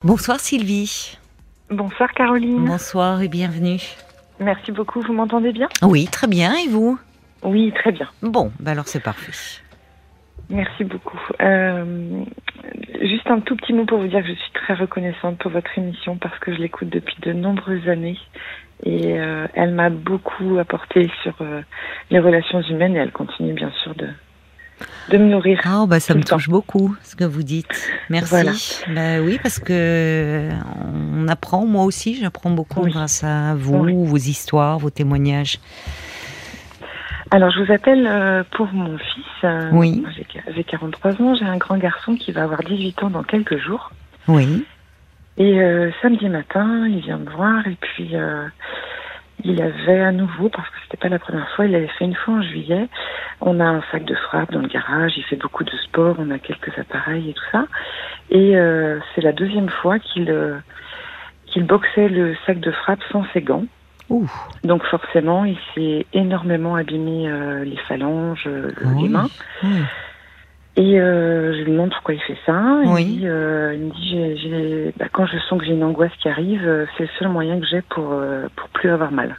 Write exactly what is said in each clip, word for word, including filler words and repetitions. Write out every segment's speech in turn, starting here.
Bonsoir Sylvie. Bonsoir Caroline. Bonsoir et bienvenue. Merci beaucoup, vous m'entendez bien ? Oui, très bien, et vous ? Oui, très bien. Bon, bah alors c'est parfait. Merci beaucoup. Euh, juste un tout petit mot pour vous dire que je suis très reconnaissante pour votre émission parce que je l'écoute depuis de nombreuses années et euh, elle m'a beaucoup apporté sur euh, les relations humaines et elle continue bien sûr de, de me nourrir. Ah, bah ça tout me le temps. touche beaucoup ce que vous dites. Merci. Voilà. Bah oui, parce que on apprend, moi aussi, j'apprends beaucoup Oui. grâce à vous, Oui. vos histoires, vos témoignages. Alors, je vous appelle euh, pour mon fils. Euh, Oui. moi, j'ai, j'ai quarante-trois ans, j'ai un grand garçon qui va avoir dix-huit ans dans quelques jours. Oui. Et euh, samedi matin, il vient me voir et puis euh, il avait à nouveau, parce que c'était pas la première fois, il avait fait une fois en juillet. On a un sac de frappe dans le garage, il fait beaucoup de sport, on a quelques appareils et tout ça. Et euh, c'est la deuxième fois qu'il euh, qu'il boxait le sac de frappe sans ses gants. Ouh. Donc forcément, il s'est énormément abîmé euh, les phalanges, euh, Ah les oui. mains. Oui. Et euh, je lui demande pourquoi il fait ça. Il Oui. me dit, euh, il me dit j'ai, j'ai, bah, quand je sens que j'ai une angoisse qui arrive, euh, c'est le seul moyen que j'ai pour, euh, pour plus avoir mal.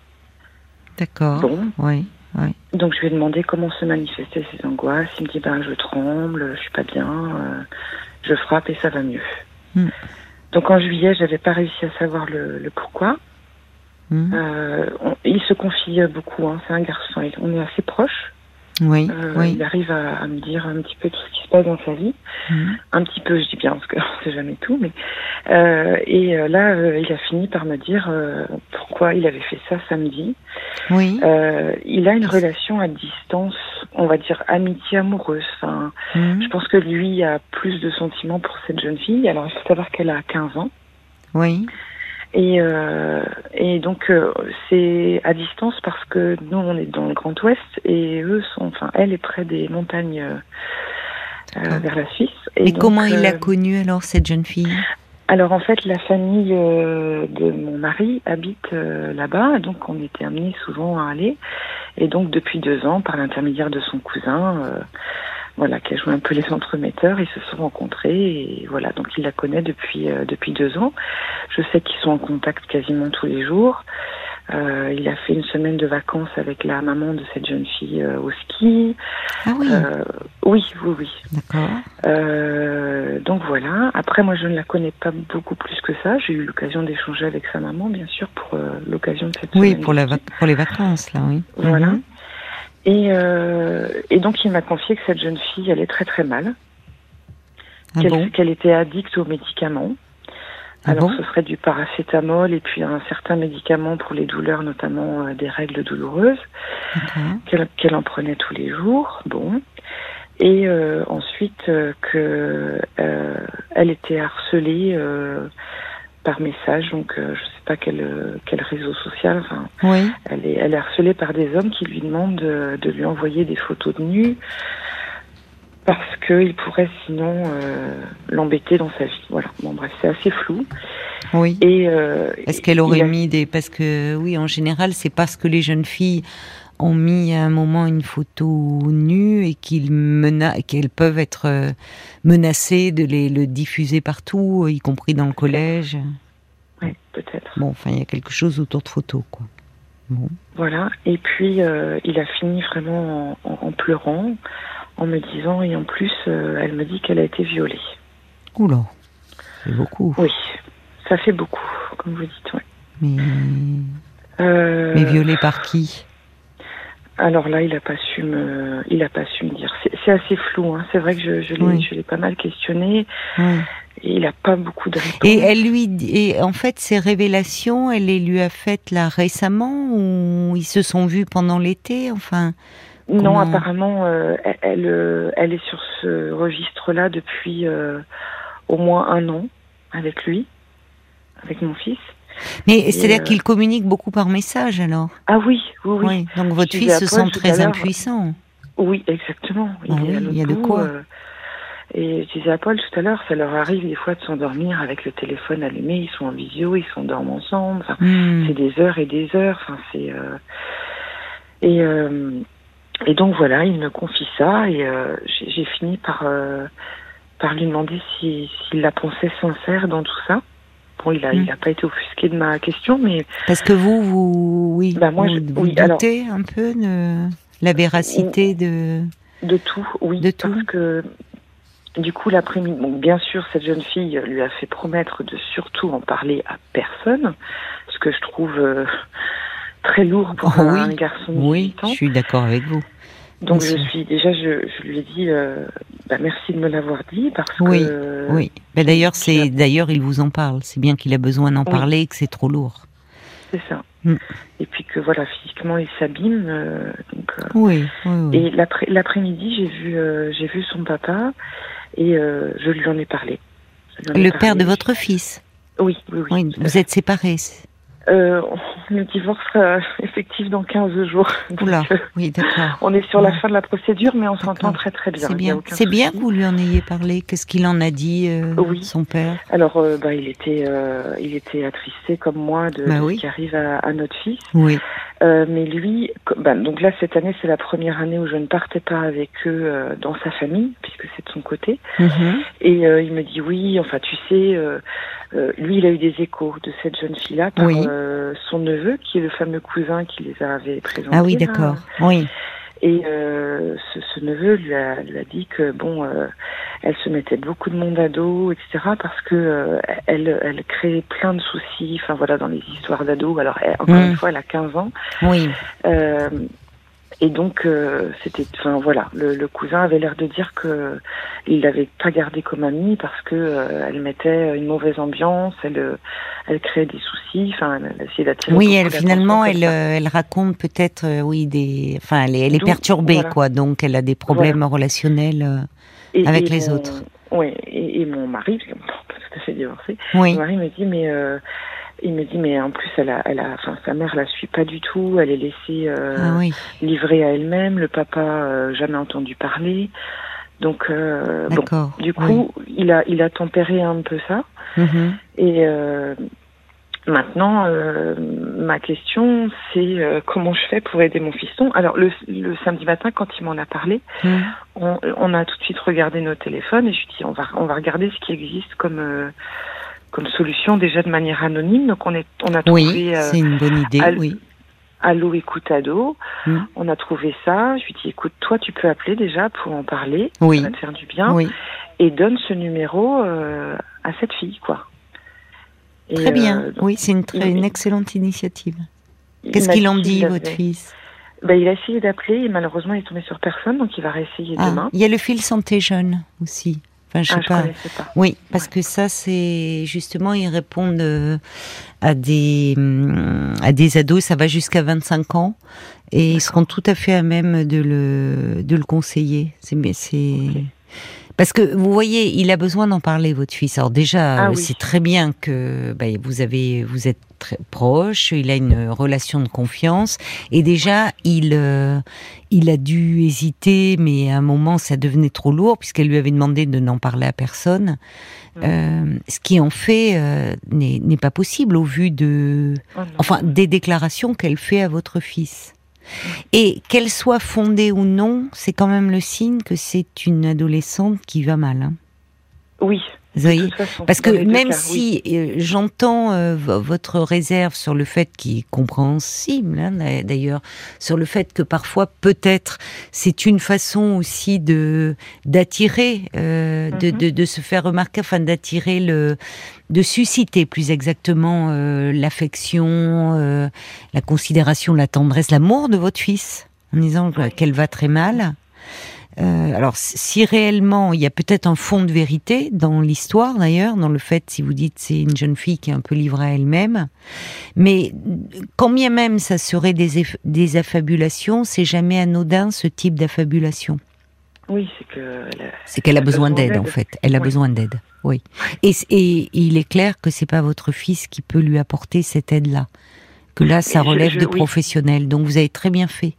D'accord. Bon. Oui. Oui. Donc je lui ai demandé comment se manifestaient ces angoisses. Il me dit, bah, je tremble, je suis pas bien, euh, je frappe et ça va mieux. Mm. Donc en juillet, j'avais pas réussi à savoir le, le pourquoi. Mm. Euh, on, il se confie beaucoup, hein, c'est un garçon, il- on est assez proches. Oui. Euh, Oui. Il arrive à, à me dire un petit peu tout ce qui se passe dans sa vie. Mm. Un petit peu, je dis bien, parce qu'on ne sait jamais tout. Mais euh, Et euh, là, euh, il a fini par me dire euh, pourquoi il avait fait ça samedi. Oui. Euh, il a une relation à distance, on va dire amitié amoureuse. Enfin, Mm. je pense que lui a plus de sentiments pour cette jeune fille. Alors, il faut savoir qu'elle a quinze ans. Oui. Et, euh, et donc, euh, c'est à distance parce que nous, on est dans le Grand Ouest et eux sont, enfin, elle est près des montagnes euh, euh, vers la Suisse. Et Mais donc, comment il l'a euh, connue alors, cette jeune fille ? alors, en fait, la famille euh, de mon mari habite euh, là-bas, donc on était amenés souvent à aller. Et donc, depuis deux ans, par l'intermédiaire de son cousin, euh, voilà, qui a joué un peu les entremetteurs, ils se sont rencontrés et voilà, donc il la connaît depuis euh, depuis deux ans. Je sais qu'ils sont en contact quasiment tous les jours. Euh, il a fait une semaine de vacances avec la maman de cette jeune fille euh, au ski. Ah oui. Euh, oui, oui, oui. D'accord. Euh, donc voilà. Après, moi, je ne la connais pas beaucoup plus que ça. J'ai eu l'occasion d'échanger avec sa maman, bien sûr, pour euh, l'occasion de cette Oui, semaine. pour, la vac- pour les vacances, là, oui. Voilà. Mhm. Et, euh, et donc, il m'a confié que cette jeune fille allait très très mal, Ah qu'elle, bon ? qu'elle était addicte aux médicaments. Ah Alors, bon ? ce serait du paracétamol et puis un certain médicament pour les douleurs, notamment euh, des règles douloureuses, D'accord. qu'elle, qu'elle en prenait tous les jours. Bon. Et euh, ensuite, euh, que euh, elle était harcelée euh, par message, donc euh, je sais pas quel, euh, quel réseau social. Enfin, Oui. elle est, elle est harcelée par des hommes qui lui demandent de, de lui envoyer des photos de nu parce qu'ils pourraient sinon euh, l'embêter dans sa vie. Voilà. Bon bref, c'est assez flou. Oui. Et euh, Est-ce qu'elle aurait il a- mis des... Parce que, oui, en général, c'est parce que les jeunes filles ont mis à un moment une photo nue et qu'ils mena... qu'elles peuvent être euh, menacées de les... le diffuser partout, y compris dans le collège. Ouais, peut-être. Bon, enfin, il y a quelque chose autour de photos, quoi. Bon. Voilà. Et puis euh, il a fini vraiment en, en, en pleurant, en me disant, et en plus, euh, elle me dit qu'elle a été violée. Oula, c'est beaucoup. Oui, ça fait beaucoup, comme vous dites. Ouais. Mais... Euh, Mais violée par qui ? Alors là, il a pas su me, il a pas su me dire. C'est, c'est assez flou. Hein. C'est vrai que je, je l'ai, Oui. je l'ai pas mal questionné. Oui. Et il a pas beaucoup de réponses. Et elle lui, et en fait, ces révélations, elle les lui a faites là récemment ou ils se sont vus pendant l'été, enfin. Non, comment... apparemment, euh, elle, elle, euh, elle est sur ce registre-là depuis euh, au moins un an avec lui, avec mon fils. Mais Et c'est-à-dire euh... qu'il communique beaucoup par message alors. Ah oui, oui, oui. Oui. Donc votre Je fils disais se à Paul sent tout à très l'heure- impuissant. Oui, exactement. Il Ah est oui, à il l'autre y a de bout, quoi. euh, Et je disais à Paul tout à l'heure, ça leur arrive des fois de s'endormir avec le téléphone allumé, ils sont en visio, ils s'endorment ensemble, enfin, Mmh. c'est des heures et des heures, enfin, c'est... Euh... Et, euh... et donc voilà, il me confie ça, et euh, j'ai, j'ai fini par, euh... par lui demander si, s'il la pensait sincère dans tout ça. Bon, il a, mmh. il a pas été offusqué de ma question, mais... Parce que vous, vous, oui, bah, moi, vous, je, vous oui, doutez alors, un peu de la véracité de... De tout, oui. De parce tout. que, du coup, l'après-midi... Bon, bien sûr, cette jeune fille lui a fait promettre de surtout en parler à personne, ce que je trouve euh, très lourd pour oh, un, oui. un garçon de oui, dix-huit ans. Oui, je suis d'accord avec vous. Donc, Bien je sûr. suis... Déjà, je, je lui ai dit... Euh, bah, merci de me l'avoir dit, parce oui, que... Oui, ben, d'ailleurs, c'est, a... d'ailleurs, il vous en parle. C'est bien qu'il a besoin d'en oui. parler et que c'est trop lourd. C'est ça. Mm. Et puis que, voilà, physiquement, il s'abîme. Euh, donc, euh... oui, oui, oui. Et l'après, l'après-midi, j'ai vu, euh, j'ai vu son papa et euh, je lui en ai parlé. En ai Le parlé. Père de votre fils? Oui, oui, oui. oui vous êtes séparés? euh, Le divorce sera effectif dans quinze jours. Oula, donc, oui, d'accord. On est sur ouais. la fin de la procédure, mais on d'accord. s'entend très très bien. C'est bien, c'est bien que vous lui en ayez parlé. Qu'est-ce qu'il en a dit, euh, oui. son père? Alors, euh, bah, il était, euh, il était attristé comme moi de, bah, de oui. ce qui arrive à, à notre fils. Oui. Euh, mais lui, bah, donc là cette année c'est la première année où je ne partais pas avec eux euh, dans sa famille puisque c'est de son côté. Mm-hmm. Et euh, il me dit oui, enfin tu sais, euh, euh, lui il a eu des échos de cette jeune fille-là par oui. euh, son neveu qui est le fameux cousin qui les avait présentés. Ah oui, d'accord. Là. Oui. Et euh, ce, ce neveu lui a, lui a dit que bon, euh, elle se mettait beaucoup de monde à dos, et cetera. Parce que euh, elle, elle créait plein de soucis. Enfin voilà, dans les histoires d'ados. Alors elle, encore mmh. une fois, elle a quinze ans. Oui. Euh, et donc euh, c'était, enfin voilà, le, le cousin avait l'air de dire que il l'avait pas gardée comme amie parce que euh, elle mettait une mauvaise ambiance, elle, elle créait des soucis, enfin elle essayait d'attirer. Oui, elle finalement, elle, euh, elle raconte peut-être, euh, oui, des, enfin, elle est, elle est perturbée, voilà. quoi, donc elle a des problèmes voilà. relationnels euh, et, avec et les mon, autres. Oui, et, et mon mari, parce qu'on n'est pas tout à fait divorcé, oui. mon mari me dit mais. Euh, Il me dit mais en plus elle a, elle a, enfin sa mère la suit pas du tout, elle est laissée euh, ah oui. livrée à elle-même, le papa euh, jamais entendu parler, donc euh, bon, du coup oui. il a, il a tempéré un peu ça mm-hmm. et euh, maintenant euh, ma question c'est euh, comment je fais pour aider mon fiston. Alors le, le samedi matin quand il m'en a parlé, mm. on, on a tout de suite regardé nos téléphones et je lui dis on va, on va regarder ce qui existe comme euh, comme solution déjà de manière anonyme. Donc on est, on a trouvé. Oui, c'est une bonne idée. Allo, oui. Allo écoute ado. Mm. On a trouvé ça. Je lui dis écoute, toi tu peux appeler déjà pour en parler. Oui. Ça va te faire du bien. Oui. Et donne ce numéro euh, à cette fille, quoi. Et très bien. Euh, donc, oui, c'est une très, il, une excellente initiative. Qu'est-ce qu'il en dit, votre avait... fils? Ben, il a essayé d'appeler et malheureusement il est tombé sur personne, donc il va réessayer ah, demain. Il y a le fil santé jeune aussi. Enfin, je sais ah, pas. Je pas. Oui, parce ouais. que ça, c'est justement, ils répondent euh, à des à des ados, ça va jusqu'à vingt-cinq ans, et D'accord. ils seront tout à fait à même de le de le conseiller. C'est c'est okay. Parce que vous voyez, il a besoin d'en parler, votre fils. Alors déjà, ah, oui. c'est très bien que bah, vous avez, vous êtes très proche. Il a une relation de confiance, et déjà, il, euh, il a dû hésiter, mais à un moment, ça devenait trop lourd puisqu'elle lui avait demandé de n'en parler à personne. Mmh. Euh, ce qui en fait euh, n'est, n'est pas possible au vu de, oh enfin, des déclarations qu'elle fait à votre fils. Et qu'elle soit fondée ou non, c'est quand même le signe que c'est une adolescente qui va mal. Hein. Oui. Vous voyez ? Façon, parce que même cas, si oui. euh, j'entends euh, votre réserve sur le fait qui est compréhensible, hein, d'ailleurs, sur le fait que parfois peut-être c'est une façon aussi de d'attirer, euh, mm-hmm. de, de de se faire remarquer, enfin d'attirer le, de susciter plus exactement euh, l'affection, euh, la considération, la tendresse, l'amour de votre fils, en disant oui. qu'elle va très mal. Euh, alors, si réellement, il y a peut-être un fond de vérité dans l'histoire, d'ailleurs, dans le fait, si vous dites, c'est une jeune fille qui est un peu livrée à elle-même, mais quand bien même ça serait des, eff- des affabulations, c'est jamais anodin, ce type d'affabulation. Oui, c'est que... Elle a, c'est qu'elle a, a besoin, besoin d'aide, d'aide, en fait. Elle a oui. besoin d'aide, oui. Et, et il est clair que c'est pas votre fils qui peut lui apporter cette aide-là. Que là, ça relève je, je, de oui. professionnels. Donc, vous avez très bien fait.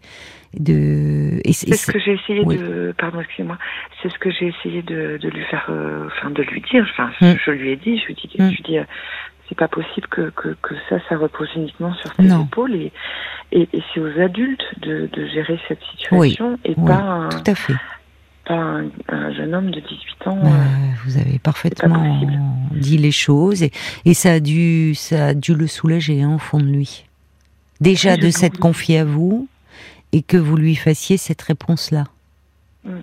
De... Et c'est, c'est ce que j'ai essayé oui. de, pardon, excusez-moi, c'est ce que j'ai essayé de, de lui faire, euh, enfin de lui dire. Enfin, mm. je lui ai dit, je lui ai dit, mm. je lui ai dit, euh, c'est pas possible que, que que ça, ça repose uniquement sur tes non. épaules et, et et c'est aux adultes de, de gérer cette situation oui. et oui. pas un, tout à fait. pas un, un jeune homme de dix-huit ans. Bah, euh, vous avez parfaitement dit les choses, et, et ça a dû, ça a dû le soulager, hein, au fond de lui. Déjà oui, de s'être confié à vous, et que vous lui fassiez cette réponse-là. Mm.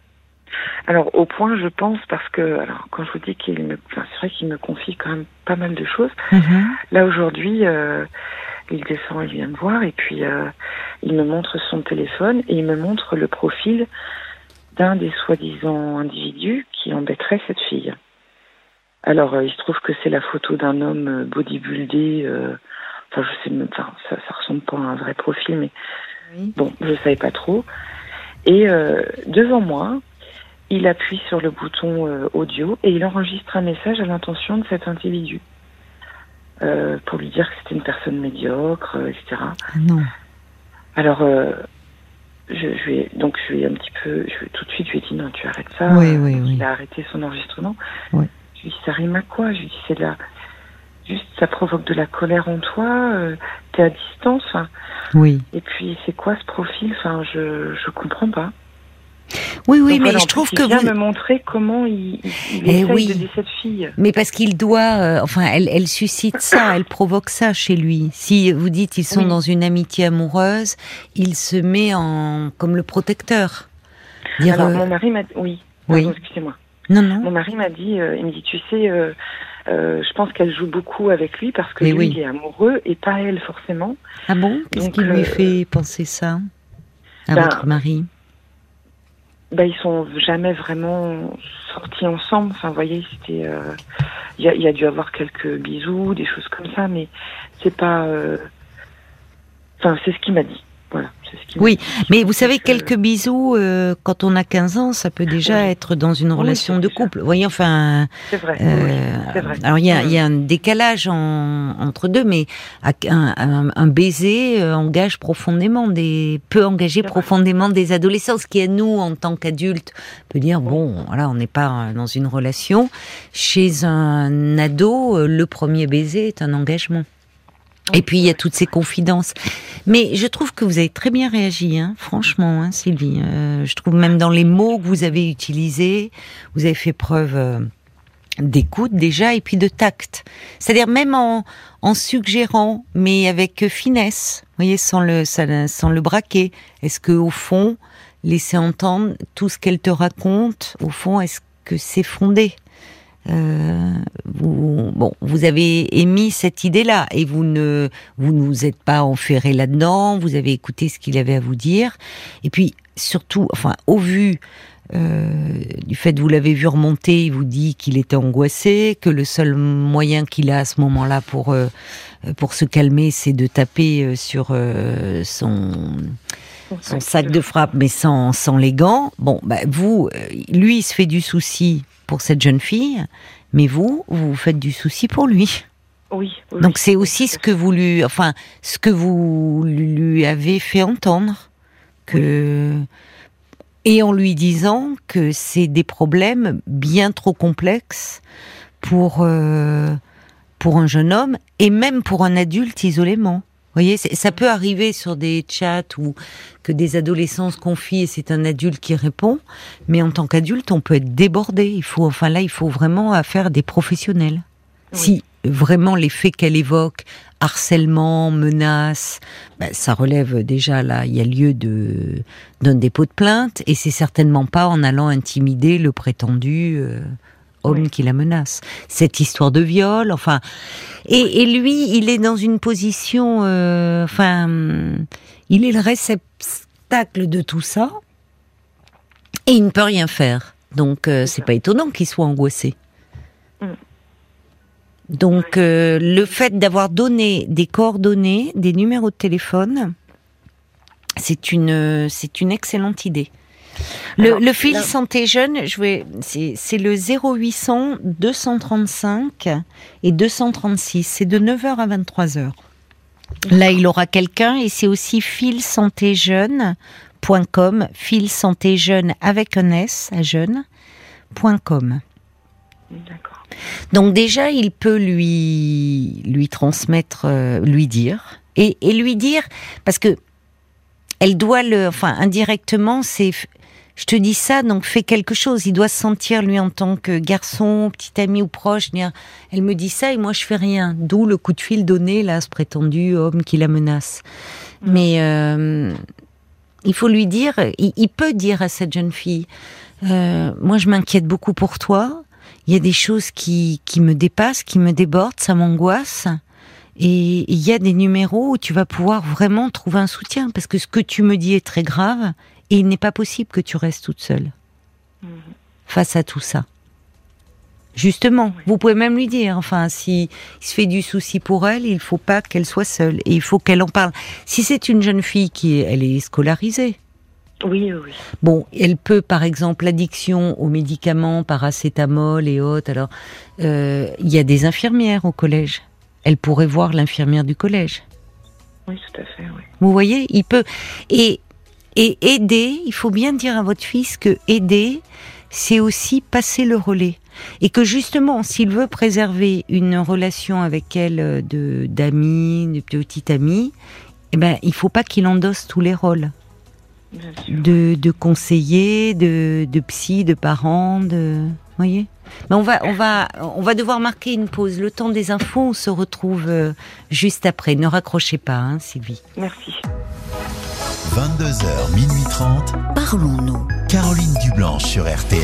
Alors, au point, je pense, parce que, alors, quand je vous dis qu'il me, enfin, c'est vrai qu'il me confie quand même pas mal de choses. Mm-hmm. Là, aujourd'hui, euh, il descend, il vient me voir, et puis, euh, il me montre son téléphone, et il me montre le profil d'un des soi-disant individus qui embêterait cette fille. Alors, euh, il se trouve que c'est la photo d'un homme bodybuildé, euh, enfin, je sais même, enfin, ça, ça ressemble pas à un vrai profil, mais Oui. bon, je savais pas trop. Et euh, devant moi, il appuie sur le bouton euh, audio et il enregistre un message à l'intention de cet individu euh, pour lui dire que c'était une personne médiocre, euh, et cetera. Ah non. Alors, euh, je, je lui ai, donc je lui ai un petit peu, je, tout de suite, je lui ai dit non, tu arrêtes ça. Oui, oui, oui. Il a arrêté son enregistrement. Oui. Je lui ai dit, ça rime à quoi? Je lui ai dit, c'est de la, juste, ça provoque de la colère en toi. Euh, t'es à distance. Hein. Oui. Et puis, c'est quoi ce profil? Enfin, je, je comprends pas. Oui, oui, Donc, mais voilà, je en trouve plus, que il vient vous... me montrer comment il, il, il Eh essaye oui. d'aider cette fille. Mais parce qu'il doit, euh, enfin, elle, elle suscite ça, elle provoque ça chez lui. Si vous dites ils sont Oui. dans une amitié amoureuse, il se met en comme le protecteur. Dire, Alors, euh, mon mari m'a... Oui, Oui. pardon, excusez-moi. non, non. Mon mari m'a dit, euh, il me dit, tu sais, euh, euh, je pense qu'elle joue beaucoup avec lui parce que Mais lui, oui. il est amoureux et pas elle, forcément. Ah bon? Qu'est-ce Donc, qui lui euh, fait penser ça à ben, votre mari? Ben, ils sont jamais vraiment sortis ensemble. Enfin, vous voyez, c'était... euh, Il y, a, il y a dû avoir quelques bisous, des choses comme ça, mais c'est pas... euh, Enfin, c'est ce qu'il m'a dit. Voilà, c'est ce qu'il m'a Oui, dit. mais vous savez, que- quelques bisous, euh, quand on a quinze ans, ça peut déjà Oui. être dans une Oui, relation c'est de déjà- couple. Vous voyez, enfin... C'est vrai, Euh, oui, c'est vrai. alors il y a, Mm. il y a un décalage en- entre deux, mais un, un- un baiser euh, engage profondément des, peut engager C'est vrai. profondément des adolescents. Ce qui est nous en tant qu'adultes peut dire bon, voilà, on n'est pas dans une relation. Chez un ado, euh, le premier baiser est un engagement. Et puis il y a toutes ces confidences. Mais je trouve que vous avez très bien réagi, hein, franchement, hein, Sylvie. Euh, je trouve même dans les mots que vous avez utilisés, vous avez fait preuve euh, d'écoute déjà et puis de tact. C'est-à-dire même en, en suggérant, mais avec finesse, vous voyez, sans le, sans le braquer. Est-ce que au fond, laisser entendre tout ce qu'elle te raconte, au fond, est-ce que c'est fondé? Euh, vous, bon, vous avez émis cette idée-là et vous ne vous nous êtes pas enferré là-dedans. Vous avez écouté ce qu'il avait à vous dire. Et puis surtout, enfin, au vu euh, du fait que vous l'avez vu remonter, il vous dit qu'il était angoissé, que le seul moyen qu'il a à ce moment-là pour euh, pour se calmer, c'est de taper sur euh, son son sac de frappe, mais sans sans les gants. Bon, bah, vous, euh, lui, il se fait du souci pour cette jeune fille, mais vous, vous faites du souci pour lui. Oui. oui Donc c'est oui, aussi ce que vous lui, enfin, ce que vous lui avez fait entendre, que et en lui disant que c'est des problèmes bien trop complexes pour euh, pour un jeune homme et même pour un adulte isolément. Vous voyez, ça peut arriver sur des chats où que des adolescents se confient et c'est un adulte qui répond, mais en tant qu'adulte, on peut être débordé. Il faut, enfin là, il faut vraiment affaire à des professionnels. Oui. Si vraiment les faits qu'elle évoque, harcèlement, menaces, ben, ça relève déjà là, il y a lieu de d'un dépôt de plainte et c'est certainement pas en allant intimider le prétendu. Euh, homme oui. qui la menace. Cette histoire de viol, enfin, et, et lui, il est dans une position, euh, enfin, il est le réceptacle de tout ça, et il ne peut rien faire. Donc, euh, c'est, c'est pas étonnant qu'il soit angoissé. Mm. Donc, euh, le fait d'avoir donné des coordonnées, des numéros de téléphone, c'est une, c'est une excellente idée. Le, Alors, le fil là... santé jeune, je vais, c'est, c'est le zéro huit cents deux cent trente-cinq et deux cent trente-six. C'est de neuf heures à vingt-trois heures. Là, il aura quelqu'un et c'est aussi fil santé jeune point com, fil santé jeune avec un S à jeune point com. D'accord. Donc déjà, il peut lui lui transmettre, euh, lui dire et, et lui dire parce que elle doit le, enfin indirectement, c'est Je te dis ça, donc fais quelque chose. Il doit se sentir, lui, en tant que garçon, petit ami ou proche, dire, elle me dit ça et moi je fais rien. D'où le coup de fil donné, là, à ce prétendu homme qui la menace. Mmh. Mais euh, il faut lui dire, il, il peut dire à cette jeune fille, euh, moi je m'inquiète beaucoup pour toi, il y a des choses qui, qui me dépassent, qui me débordent, ça m'angoisse. Et il y a des numéros où tu vas pouvoir vraiment trouver un soutien, parce que ce que tu me dis est très grave, et il n'est pas possible que tu restes toute seule mmh. face à tout ça. Justement, oui. Vous pouvez même lui dire, enfin, si il se fait du souci pour elle, il faut pas qu'elle soit seule, et il faut qu'elle en parle. Si c'est une jeune fille qui, elle est scolarisée. Oui, oui. Bon, elle peut, par exemple, l'addiction aux médicaments, paracétamol et autres. Alors, euh, il y a des infirmières au collège. Elle pourrait voir l'infirmière du collège. Oui, tout à fait, oui. Vous voyez, il peut... Et, et aider, il faut bien dire à votre fils que aider, c'est aussi passer le relais. Et que justement, s'il veut préserver une relation avec elle de, d'amis, de petite amie, eh ben, il ne faut pas qu'il endosse tous les rôles. De, de conseiller, de, de psy, de parent, de... Vous voyez ? Mais on va, on va, on va devoir marquer une pause. Le temps des infos, on se retrouve euh, juste après. Ne raccrochez pas, hein, Sylvie. Merci. vingt-deux heures, minuit trente. Parlons-nous. Caroline Dublanche sur R T L.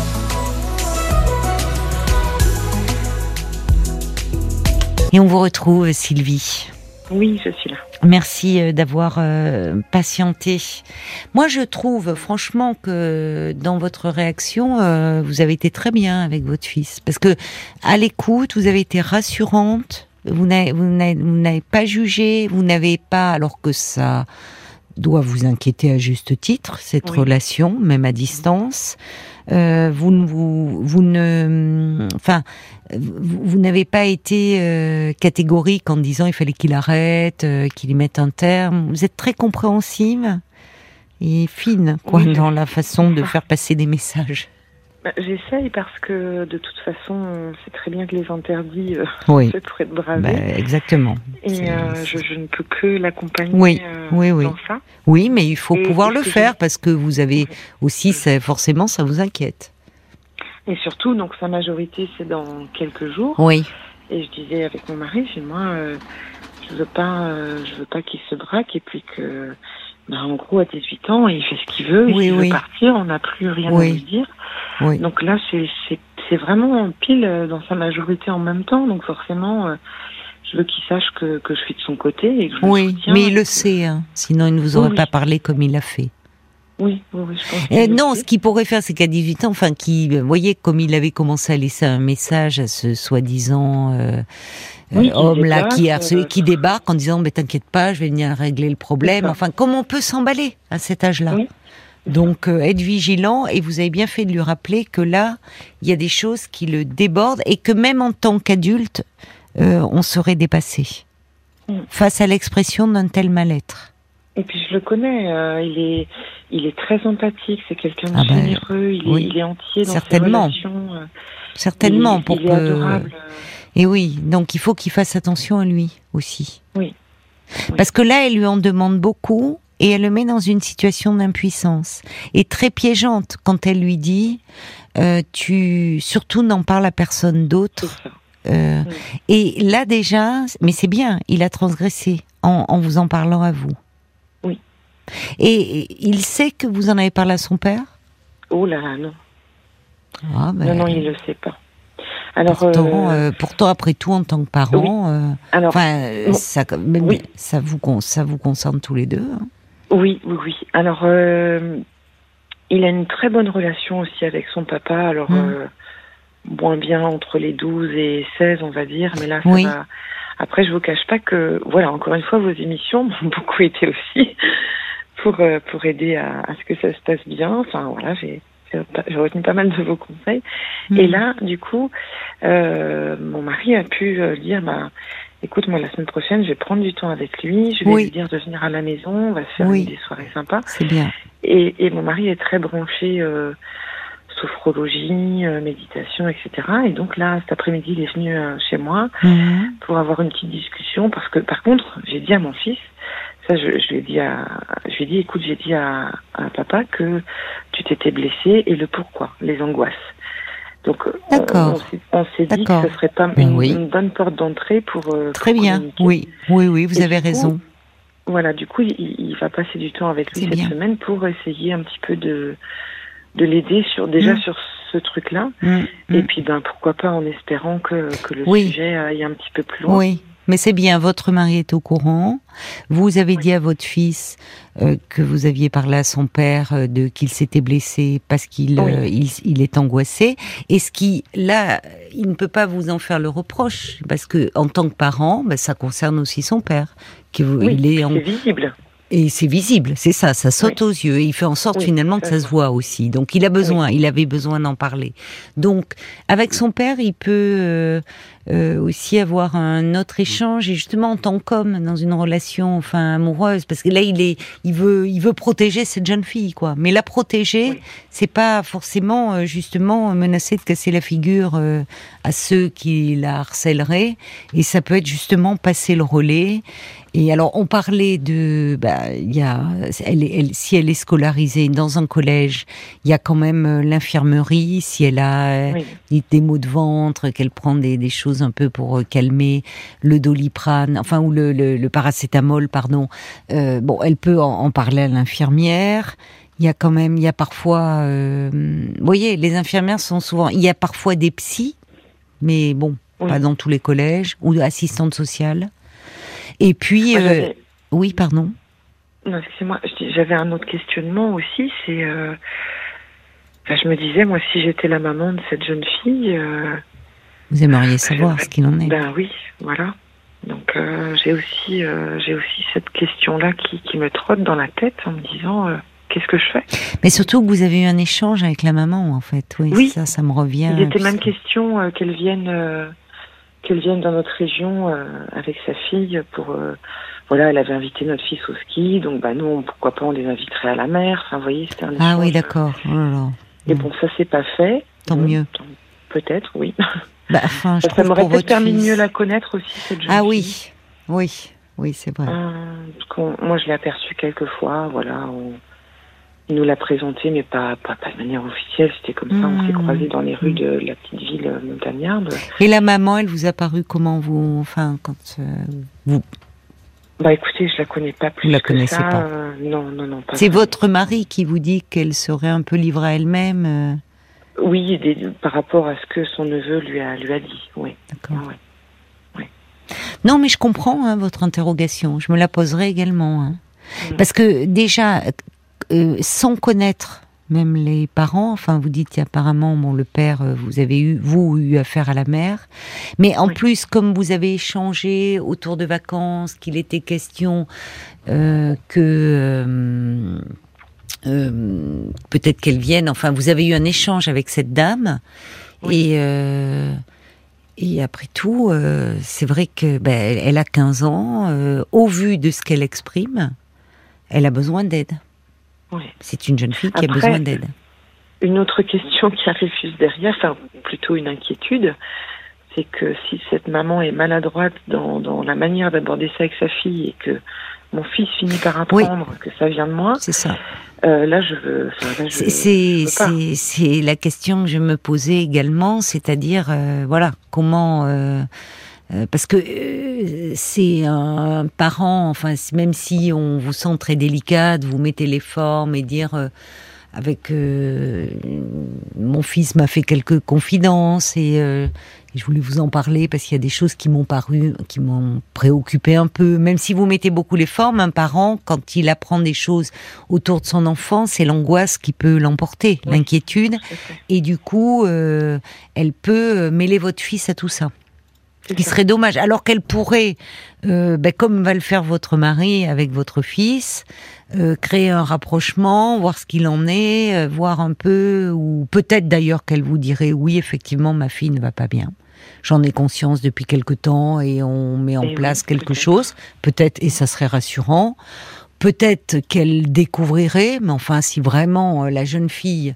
Et on vous retrouve, Sylvie. Oui, je suis là. Merci d'avoir euh, patienté. Moi, je trouve franchement que dans votre réaction, euh, vous avez été très bien avec votre fils. Parce que à l'écoute, vous avez été rassurante, vous n'avez, vous n'avez, vous n'avez pas jugé, vous n'avez pas, alors que ça doit vous inquiéter à juste titre, cette oui. relation, même à distance. Euh, vous, vous, vous ne... Enfin... Vous, vous n'avez pas été euh, catégorique en disant il fallait qu'il arrête, euh, qu'il y mette un terme. Vous êtes très compréhensive et fine, quoi, oui, dans la façon de faire passer des messages. Bah, j'essaye parce que de toute façon, c'est très bien que les interdits euh, oui. c'est pour être bravés. Bah, exactement. Et euh, je, je ne peux que l'accompagner oui. Euh, oui, oui. dans ça. Oui, mais il faut et pouvoir le faire je... parce que vous avez oui. aussi, ça, forcément, ça vous inquiète. Et surtout, donc sa majorité, c'est dans quelques jours. Oui. Et je disais avec mon mari, chez moi, euh, je veux pas, euh, je veux pas qu'il se braque et puis que, ben, en gros, à dix-huit ans, il fait ce qu'il veut. Et oui, s'il oui. veut partir, on n'a plus rien oui. à lui dire. Oui. Donc là, c'est, c'est, c'est vraiment pile dans sa majorité en même temps. Donc forcément, euh, je veux qu'il sache que, que je suis de son côté et que je oui, le soutiens. Mais il le sait, hein. Sinon il ne vous aurait oui, pas oui. parlé comme il l'a fait. Oui, oui, oui, je pense. Euh, non, ce qu'il pourrait faire, c'est qu'à dix-huit ans, enfin, qui, vous voyez, comme il avait commencé à laisser un message à ce soi-disant euh, oui, euh, homme-là qui, euh, qui débarque en disant, mais t'inquiète pas, je vais venir régler le problème. Enfin, comment on peut s'emballer à cet âge-là ? Oui. Donc, euh, être vigilant, et vous avez bien fait de lui rappeler que là, il y a des choses qui le débordent, et que même en tant qu'adulte, euh, on serait dépassé mm. face à l'expression d'un tel mal-être. Et puis je le connais, euh, il est, il est très empathique, c'est quelqu'un de ah ben, généreux, il, oui. est, il est entier dans Certainement. ses relations. Euh, Certainement, il, pour il que. est adorable. Et oui, donc il faut qu'il fasse attention à lui aussi. Oui. oui. Parce que là, elle lui en demande beaucoup et elle le met dans une situation d'impuissance et très piégeante quand elle lui dit, euh, tu surtout n'en parles à personne d'autre. Euh, oui. Et là déjà, mais c'est bien, il a transgressé en, en vous en parlant à vous. Oui. Et il sait que vous en avez parlé à son père ? Oh là là, non. Ah ben, non, non, il ne le sait pas. Alors, pourtant, euh... Euh, pourtant, après tout, en tant que parent, oui. euh, Alors, enfin, bon, ça, même, oui. ça, vous, ça vous concerne tous les deux. Hein. Oui, oui, oui. Alors, euh, il a une très bonne relation aussi avec son papa. Alors, mmh. euh, moins bien entre les douze et seize, on va dire. Mais là, ça oui. va... Après, je vous cache pas que, voilà, encore une fois, vos émissions m'ont beaucoup aidé aussi pour, euh, pour aider à, à ce que ça se passe bien. Enfin, voilà, j'ai... J'ai retenu pas mal de vos conseils. Mmh. Et là, du coup, euh, mon mari a pu euh, dire, bah, écoute, moi, la semaine prochaine, je vais prendre du temps avec lui, je vais oui. lui dire de venir à la maison, on va se faire oui. des soirées sympas. C'est bien. Et, et mon mari est très branché euh, sophrologie, euh, méditation, et cetera. Et donc là, cet après-midi, il est venu euh, chez moi mmh. pour avoir une petite discussion, parce que, par contre, j'ai dit à mon fils, Ça, je, je lui ai dit à, je lui ai dit, écoute, j'ai dit à, à papa que tu t'étais blessée et le pourquoi, les angoisses. Donc, on, on s'est, on s'est dit que ce serait pas une, oui. une bonne porte d'entrée pour. Euh, Très pour bien. Oui, oui, oui, vous et avez raison. Coup, voilà, du coup, il, il va passer du temps avec lui C'est cette bien. semaine pour essayer un petit peu de de l'aider sur déjà mmh. sur ce truc-là. Mmh. Et mmh. puis, ben pourquoi pas en espérant que que le oui. sujet aille un petit peu plus loin. Oui. Mais c'est bien, votre mari est au courant. Vous avez oui. dit à votre fils euh, que vous aviez parlé à son père euh, de qu'il s'était blessé parce qu'il oui. euh, il, il est angoissé. Et ce qui, là, il ne peut pas vous en faire le reproche parce que en tant que parent, ben, ça concerne aussi son père. Qui, oui, il est c'est en... visible. Et c'est visible, c'est ça, ça saute oui. aux yeux. Et il fait en sorte oui, finalement que ça se voit aussi. Donc il a besoin, oui. il avait besoin d'en parler. Donc avec son père, il peut euh, euh, aussi avoir un autre échange. Et justement en tant qu'homme dans une relation, enfin amoureuse, parce que là il est, il veut, il veut protéger cette jeune fille, quoi. Mais la protéger, oui. c'est pas forcément euh, justement menacer de casser la figure euh, à ceux qui la harcèleraient. Et ça peut être justement passer le relais. Et alors, on parlait de, bah, il y a, elle, elle, si elle est scolarisée dans un collège, il y a quand même l'infirmerie. Si elle a oui. des maux de ventre, qu'elle prend des, des choses un peu pour calmer le Doliprane, enfin ou le, le, le paracétamol, pardon. Euh, bon, elle peut en, en parler à l'infirmière. Il y a quand même, il y a parfois, euh, vous voyez, les infirmières sont souvent, il y a parfois des psys, mais bon, oui. pas dans tous les collèges, ou assistantes sociales. Et puis, euh, oui, pardon. Non, excusez-moi, j'avais un autre questionnement aussi, c'est, euh, enfin, je me disais, moi, si j'étais la maman de cette jeune fille... Euh, Vous aimeriez savoir ce qu'il en est. Ben oui, voilà. Donc, euh, j'ai aussi euh, j'ai aussi cette question-là qui, qui me trotte dans la tête en me disant, euh, qu'est-ce que je fais ? Mais surtout que vous avez eu un échange avec la maman, en fait. Oui, oui. ça, ça me revient. Il était même question euh, qu'elle vienne... Euh, qu'elle vienne dans notre région euh, avec sa fille pour euh, voilà, elle avait invité notre fils au ski, donc bah nous on, pourquoi pas on les inviterait à la mer, enfin vous voyez, c'était un échange. Ah oui, d'accord. Oh là là. Et bon, ça c'est pas fait. Tant bon, mieux. Tant, peut-être, oui. Bah, enfin, je ça, ça m'aurait peut-être permis fils. de mieux la connaître aussi cette jeune Ah fille. oui, oui, oui, c'est vrai. Euh, parce qu'on, moi je l'ai aperçue quelques fois, voilà. On, il nous l'a présenté, mais pas, pas, pas de manière officielle. C'était comme ça, mmh. on s'est croisés dans les rues de la petite ville montagnarde. Et la maman, elle vous a paru comment vous, enfin, quand euh, vous. Bah écoutez, je la connais pas plus vous la que connaissez ça. Pas. Euh, non, non, non. Pas C'est vraiment. Votre mari qui vous dit qu'elle serait un peu livrée à elle-même. Euh... Oui, des, par rapport à ce que son neveu lui a, lui a dit. Oui. D'accord. Ah, ouais. Ouais. Non, mais je comprends hein, votre interrogation. Je me la poserai également, hein. mmh. parce que déjà. Euh, sans connaître même les parents, enfin vous dites apparemment bon le père euh, vous avez eu vous eu affaire à la mère, mais en oui. plus comme vous avez échangé autour de vacances qu'il était question euh, que euh, euh, peut-être qu'elle vienne, enfin vous avez eu un échange avec cette dame oui. et euh, et après tout euh, c'est vrai que ben, elle a quinze ans, euh, au vu de ce qu'elle exprime, elle a besoin d'aide. Oui. C'est une jeune fille qui Après, a besoin d'aide. Une autre question qui arrive juste derrière, enfin plutôt une inquiétude, c'est que si cette maman est maladroite dans, dans la manière d'aborder ça avec sa fille et que mon fils finit par apprendre oui. que ça vient de moi, c'est ça. Euh, là, je veux. Là, je, c'est, c'est, je c'est, c'est la question que je me posais également, c'est-à-dire, euh, voilà, comment. Euh, Euh, parce que euh, c'est un parent, enfin même si on vous sent très délicate, vous mettez les formes et dire euh, avec euh, mon fils m'a fait quelques confidences et, euh, et je voulais vous en parler parce qu'il y a des choses qui m'ont paru, qui m'ont préoccupé un peu. Même si vous mettez beaucoup les formes, un parent quand il apprend des choses autour de son enfant, c'est l'angoisse qui peut l'emporter, oui, l'inquiétude, et du coup, euh, elle peut mêler votre fils à tout ça. Ce qui serait dommage, alors qu'elle pourrait, euh, ben, comme va le faire votre mari avec votre fils, euh, créer un rapprochement, voir ce qu'il en est, euh, voir un peu, ou peut-être d'ailleurs qu'elle vous dirait oui, effectivement, ma fille ne va pas bien. J'en ai conscience depuis quelque temps et on met en et place oui, quelque peut-être. chose, peut-être, et ça serait rassurant. Peut-être qu'elle découvrirait, mais enfin, si vraiment euh, la jeune fille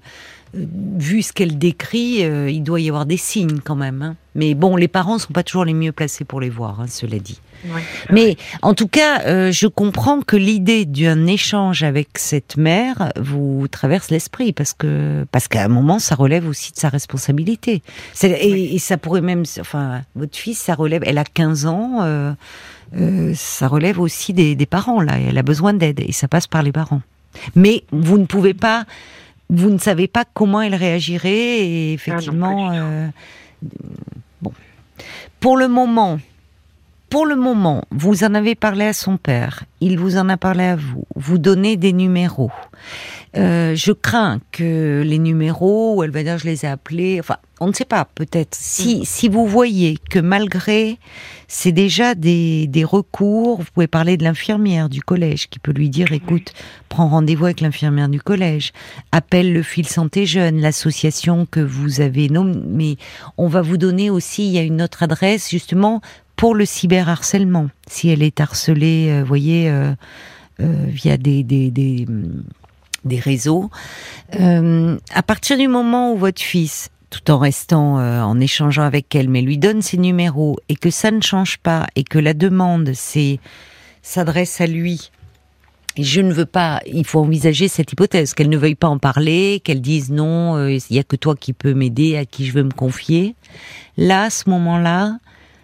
euh, vu ce qu'elle décrit, euh, il doit y avoir des signes quand même. Hein. Mais bon, les parents sont pas toujours les mieux placés pour les voir, hein, cela dit. Ouais, Mais en tout cas, euh, je comprends que l'idée d'un échange avec cette mère vous traverse l'esprit, parce que parce qu'à un moment, ça relève aussi de sa responsabilité. C'est, et, oui. et ça pourrait même, enfin, votre fille, ça relève. Elle a quinze ans. Euh, euh, ça relève aussi des, des parents là. Elle a besoin d'aide et ça passe par les parents. Mais vous ne pouvez pas, vous ne savez pas comment elle réagirait et effectivement, Ah non, euh, bon. Pour le moment, pour le moment, vous en avez parlé à son père, il vous en a parlé à vous, vous donnez des numéros. Euh, je crains que les numéros, où elle va dire je les ai appelés, enfin, on ne sait pas, peut-être. Si, si vous voyez que malgré, c'est déjà des, des recours, vous pouvez parler de l'infirmière du collège qui peut lui dire, écoute, prends rendez-vous avec l'infirmière du collège, appelle le fil santé jeune, l'association que vous avez nommée, mais on va vous donner aussi, il y a une autre adresse, justement, pour le cyberharcèlement. Si elle est harcelée, euh, vous voyez, euh, euh, via des... des, des des réseaux. Euh, à partir du moment où votre fils, tout en restant, euh, en échangeant avec elle, mais lui donne ses numéros et que ça ne change pas et que la demande c'est s'adresse à lui, et je ne veux pas, il faut envisager cette hypothèse, qu'elle ne veuille pas en parler, qu'elle dise non, il euh, y a que toi qui peux m'aider, à qui je veux me confier. Là, à ce moment-là,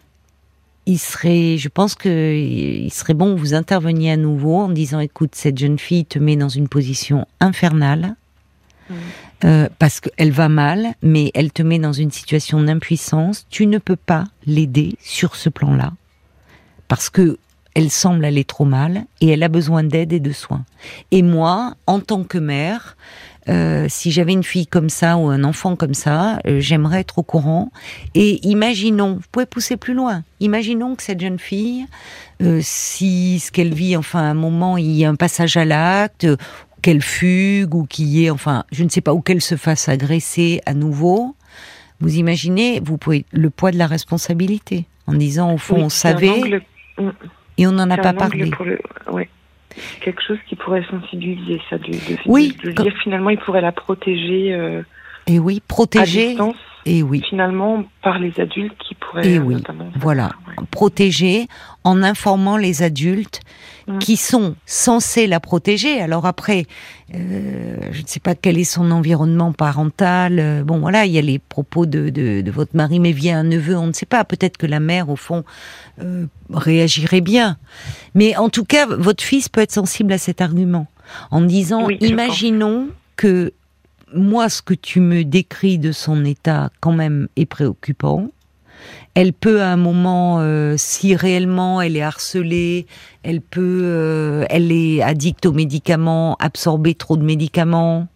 il serait, je pense que il serait bon que vous interveniez à nouveau en disant, écoute, cette jeune fille te met dans une position infernale, mmh. euh, parce qu'elle va mal, mais elle te met dans une situation d'impuissance. Tu ne peux pas l'aider sur ce plan-là, parce que elle semble aller trop mal et elle a besoin d'aide et de soins. Et moi, en tant que mère, Euh, si j'avais une fille comme ça ou un enfant comme ça, euh, j'aimerais être au courant. Et imaginons, vous pouvez pousser plus loin, imaginons que cette jeune fille, euh, si ce qu'elle vit, enfin, à un moment, il y a un passage à l'acte, euh, qu'elle fugue ou qu'il y ait, enfin, je ne sais pas, ou qu'elle se fasse agresser à nouveau, vous imaginez, vous pouvez, le poids de la responsabilité, en disant, au fond, oui, on savait, angle... et on n'en a c'est pas un angle parlé. Pour le... ouais. Quelque chose qui pourrait sensibiliser ça, de, de, oui, de, de dire finalement il pourrait la protéger euh, et oui, protéger, à distance, et oui. finalement par les adultes qui pourraient et oui, notamment voilà, ouais. protéger en informant les adultes mmh. qui sont censés la protéger. Alors après, euh, je ne sais pas quel est son environnement parental. Euh, bon voilà, il y a les propos de, de, de votre mari, mais via un neveu, on ne sait pas. Peut-être que la mère, au fond, euh, réagirait bien. Mais en tout cas, votre fils peut être sensible à cet argument en disant, oui, imaginons que moi, ce que tu me décris de son état, quand même, est préoccupant. Elle peut, à un moment, euh, si réellement elle est harcelée, elle peut, euh, elle est addicte aux médicaments, absorber trop de médicaments.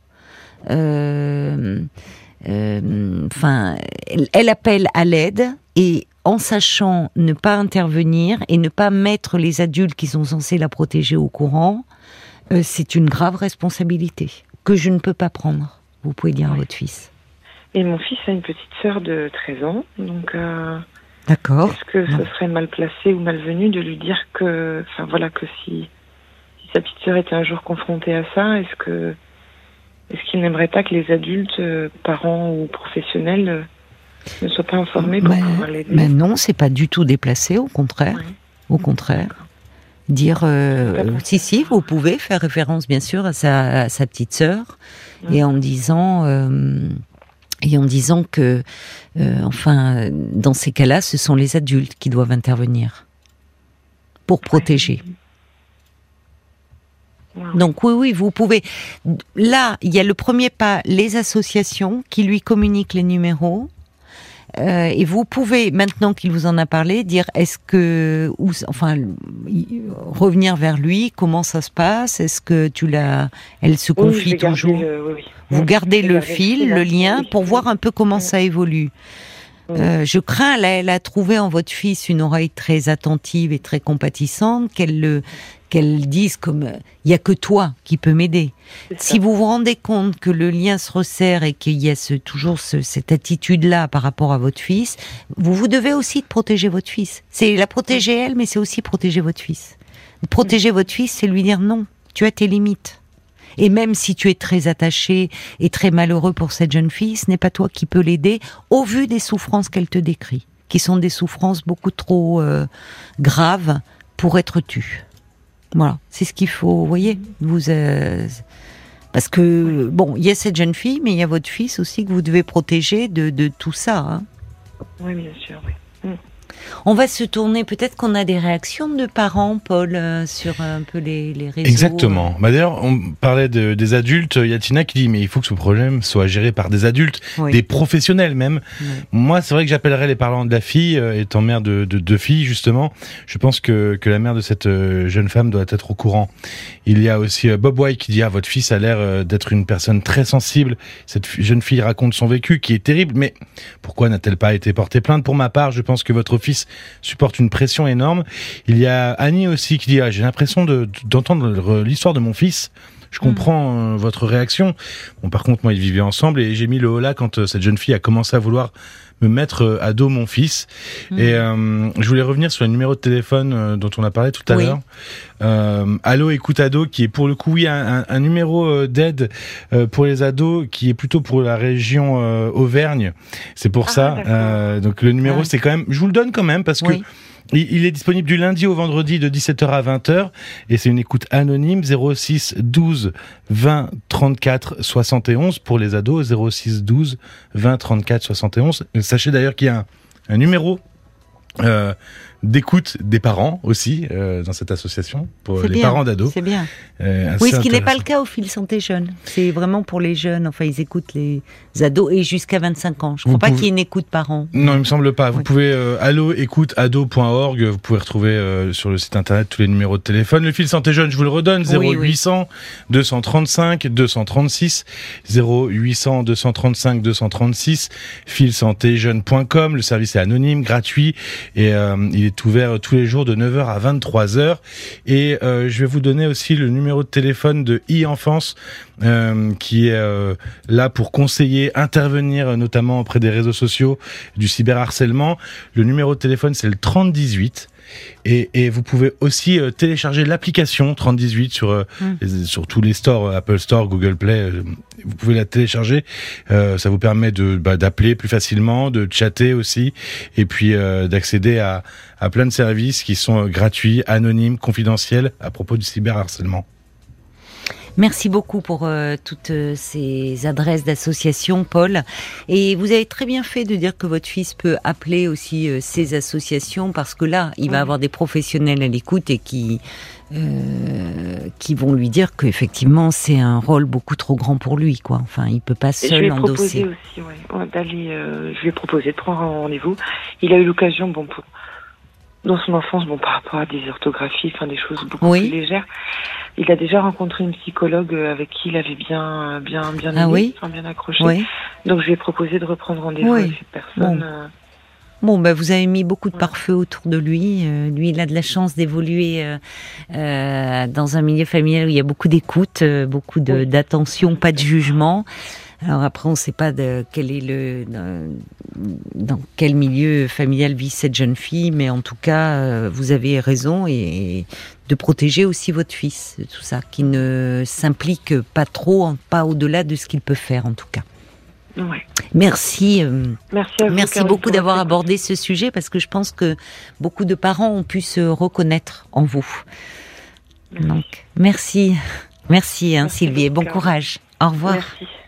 Euh, euh, enfin, elle, elle appelle à l'aide et en sachant ne pas intervenir et ne pas mettre les adultes qui sont censés la protéger au courant, euh, c'est une grave responsabilité que je ne peux pas prendre. Vous pouvez dire à votre fils. Et mon fils a une petite sœur de treize ans, donc euh, d'accord. Est-ce que ça serait mal placé ou malvenu de lui dire que, enfin voilà, que si, si sa petite sœur était un jour confrontée à ça, est-ce que est-ce qu'il n'aimerait pas que les adultes, euh, parents ou professionnels, euh, ne soient pas informés pour mais, pouvoir l'aider? Mais non, c'est pas du tout déplacé, au contraire. Ouais. Au contraire. D'accord. Dire euh, si si vous pouvez faire référence bien sûr à sa, à sa petite sœur mmh. et en disant euh, et en disant que euh, enfin dans ces cas-là ce sont les adultes qui doivent intervenir pour protéger. Ouais. Donc oui oui vous pouvez là il y a le premier pas, les associations qui lui communiquent les numéros. Euh, et vous pouvez, maintenant qu'il vous en a parlé, dire est-ce que, ou, enfin, revenir vers lui, comment ça se passe, est-ce que tu l'as, elle se confie oui, toujours, le, oui, oui. Vous oui, gardez le fil, le lien, oui, pour oui. voir un peu comment oui. ça évolue. Oui. Euh, je crains, là, elle a trouvé en votre fils une oreille très attentive et très compatissante, qu'elle le, qu'elle dise comme il y a que toi qui peux m'aider. Si vous vous rendez compte que le lien se resserre et qu'il y a ce, toujours ce, cette attitude-là par rapport à votre fils, vous vous devez aussi de protéger votre fils. C'est la protéger elle, mais c'est aussi protéger votre fils. Protéger votre fils, c'est lui dire non, tu as tes limites. Et même si tu es très attaché et très malheureux pour cette jeune fille, ce n'est pas toi qui peux l'aider au vu des souffrances qu'elle te décrit, qui sont des souffrances beaucoup trop euh, graves pour être tues. Voilà, c'est ce qu'il faut, vous voyez, vous... Euh, parce que, bon, il y a cette jeune fille, mais il y a votre fils aussi que vous devez protéger de, de tout ça. Hein. Oui, bien sûr, oui. Mm. On va se tourner, peut-être qu'on a des réactions de parents, Paul, euh, sur un peu les, les réseaux. Exactement. Bah d'ailleurs, on parlait de, des adultes. Il y a Tina qui dit, mais il faut que ce problème soit géré par des adultes, oui. des professionnels même. Oui. Moi, c'est vrai que j'appellerais les parents de la fille, euh, étant mère de deux de filles, justement. Je pense que, que la mère de cette euh, jeune femme doit être au courant. Il y a aussi euh, Bob White qui dit, ah, votre fils a l'air euh, d'être une personne très sensible. Cette f- jeune fille raconte son vécu, qui est terrible, mais pourquoi n'a-t-elle pas été portée plainte? Pour ma part, je pense que votre fils supporte une pression énorme. Il y a Annie aussi qui dit, ah, j'ai l'impression de, d'entendre l'histoire de mon fils. Je comprends mmh. euh, votre réaction. Bon, par contre, moi, ils vivaient ensemble et j'ai mis le holà quand euh, cette jeune fille a commencé à vouloir me mettre euh, à dos mon fils. Mmh. Et euh, je voulais revenir sur le numéro de téléphone euh, dont on a parlé tout à oui. l'heure. Euh, Allo Écoute Ado, qui est pour le coup, oui, un, un, un numéro euh, d'aide euh, pour les ados, qui est plutôt pour la région euh, Auvergne. C'est pour ah, ça. Euh, donc le numéro, ah. c'est quand même... Je vous le donne quand même parce oui. que il est disponible du lundi au vendredi de dix-sept heures à vingt heures et c'est une écoute anonyme zéro six douze vingt trente-quatre soixante et onze pour les ados zéro six douze vingt trente-quatre soixante et onze. Sachez d'ailleurs qu'il y a un, un numéro euh, d'écoute des parents aussi euh, dans cette association pour c'est les bien, parents d'ados. C'est bien. Euh, oui, ce qui n'est pas le cas au Fil Santé Jeunes. C'est vraiment pour les jeunes. Enfin, ils écoutent les ados et jusqu'à vingt-cinq ans. Je ne crois pas pouvez... qu'il y ait une écoute parents. Non, il me semble pas. Vous oui. pouvez euh, allo écoute ado point org. Vous pouvez retrouver euh, sur le site internet tous les numéros de téléphone. Le Fil Santé Jeunes, je vous le redonne zéro huit cents deux cent trente-cinq deux cent trente-six zéro huit cents deux cent trente-cinq deux cent trente-six fil santé jeunes point com. Le service est anonyme, gratuit et euh, il est ouvert tous les jours de neuf heures à vingt-trois heures. Et euh, je vais vous donner aussi le numéro de téléphone de e-enfance euh, qui est euh, là pour conseiller, intervenir notamment auprès des réseaux sociaux, du cyberharcèlement. Le numéro de téléphone, c'est le trente dix-huit. Et, et vous pouvez aussi euh, télécharger l'application trente dix-huit sur, euh, mmh. les, sur tous les stores, euh, Apple Store, Google Play. Euh, vous pouvez la télécharger. Euh, ça vous permet de, bah, d'appeler plus facilement, de chatter aussi, et puis euh, d'accéder à, à plein de services qui sont euh, gratuits, anonymes, confidentiels à propos du cyberharcèlement. Merci beaucoup pour euh, toutes euh, ces adresses d'associations, Paul. Et vous avez très bien fait de dire que votre fils peut appeler aussi euh, ces associations parce que là, il va mmh. avoir des professionnels à l'écoute et qui euh, qui vont lui dire qu'effectivement, c'est un rôle beaucoup trop grand pour lui, quoi. Enfin, il peut pas seul endosser. Je lui ai proposé aussi, ouais, d'aller. Euh, je lui ai proposé de prendre un rendez-vous. Il a eu l'occasion, bon, pour dans son enfance, bon, par rapport à des orthographies, enfin des choses beaucoup oui. plus légères. Il a déjà rencontré une psychologue avec qui il avait bien, bien, bien ah aimé, oui enfin bien accroché. Oui. Donc je lui ai proposé de reprendre rendez-vous oui. avec cette personne. Bon, euh... bon bah, vous avez mis beaucoup de pare-feu autour de lui. Euh, lui, il a de la chance d'évoluer euh, euh, dans un milieu familial où il y a beaucoup d'écoute, euh, beaucoup de, oui. d'attention, pas de jugement. Alors après, on ne sait pas de quel est le dans, dans quel milieu familial vit cette jeune fille, mais en tout cas, euh, vous avez raison et, et de protéger aussi votre fils, tout ça, qui ne s'implique pas trop, pas au-delà de ce qu'il peut faire en tout cas. Ouais. Merci. Euh, merci à vous, merci Caroline, beaucoup d'avoir abordé ce sujet parce que je pense que beaucoup de parents ont pu se reconnaître en vous. Merci. Donc, merci, merci, hein, merci Sylvie, et bon Caroline. Courage. Au revoir. Merci.